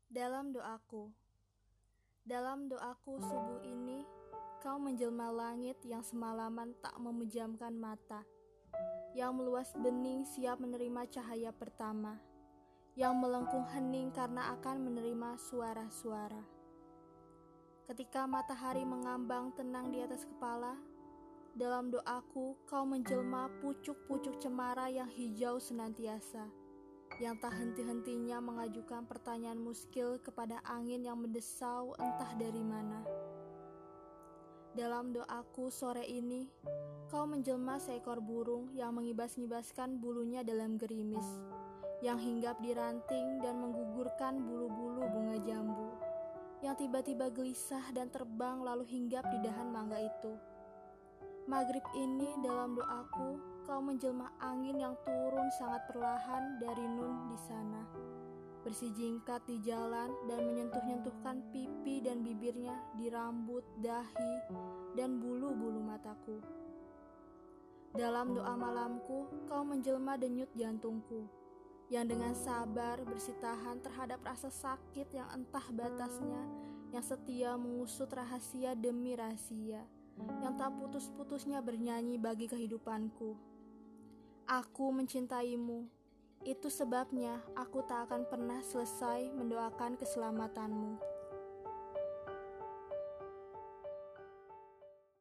Dalam doaku, dalam doaku subuh ini, kau menjelma langit yang semalaman tak memejamkan mata, yang meluas bening siap menerima cahaya pertama, yang melengkung hening karena akan menerima suara-suara. Ketika matahari mengambang tenang di atas kepala, dalam doaku kau menjelma pucuk-pucuk cemara yang hijau senantiasa, yang tak henti-hentinya mengajukan pertanyaan muskil kepada angin yang mendesau entah dari mana. Dalam doaku sore ini, kau menjelma seekor burung yang mengibas-ngibaskan bulunya dalam gerimis, yang hinggap di ranting dan menggugurkan bulu-bulu bunga jambu, yang tiba-tiba gelisah dan terbang lalu hinggap di dahan mangga itu. Maghrib ini dalam doaku, kau menjelma angin yang turun sangat perlahan dari nun di sana, bersijingkat di jalan dan menyentuh-nyentuhkan pipi dan bibirnya di rambut, dahi, dan bulu-bulu mataku. Dalam doa malamku, kau menjelma denyut jantungku, yang dengan sabar bersitahan terhadap rasa sakit yang entah batasnya, yang setia mengusut rahasia demi rahasia, yang tak putus-putusnya bernyanyi bagi kehidupanku. Aku mencintaimu, itu sebabnya aku tak akan pernah selesai mendoakan keselamatanmu.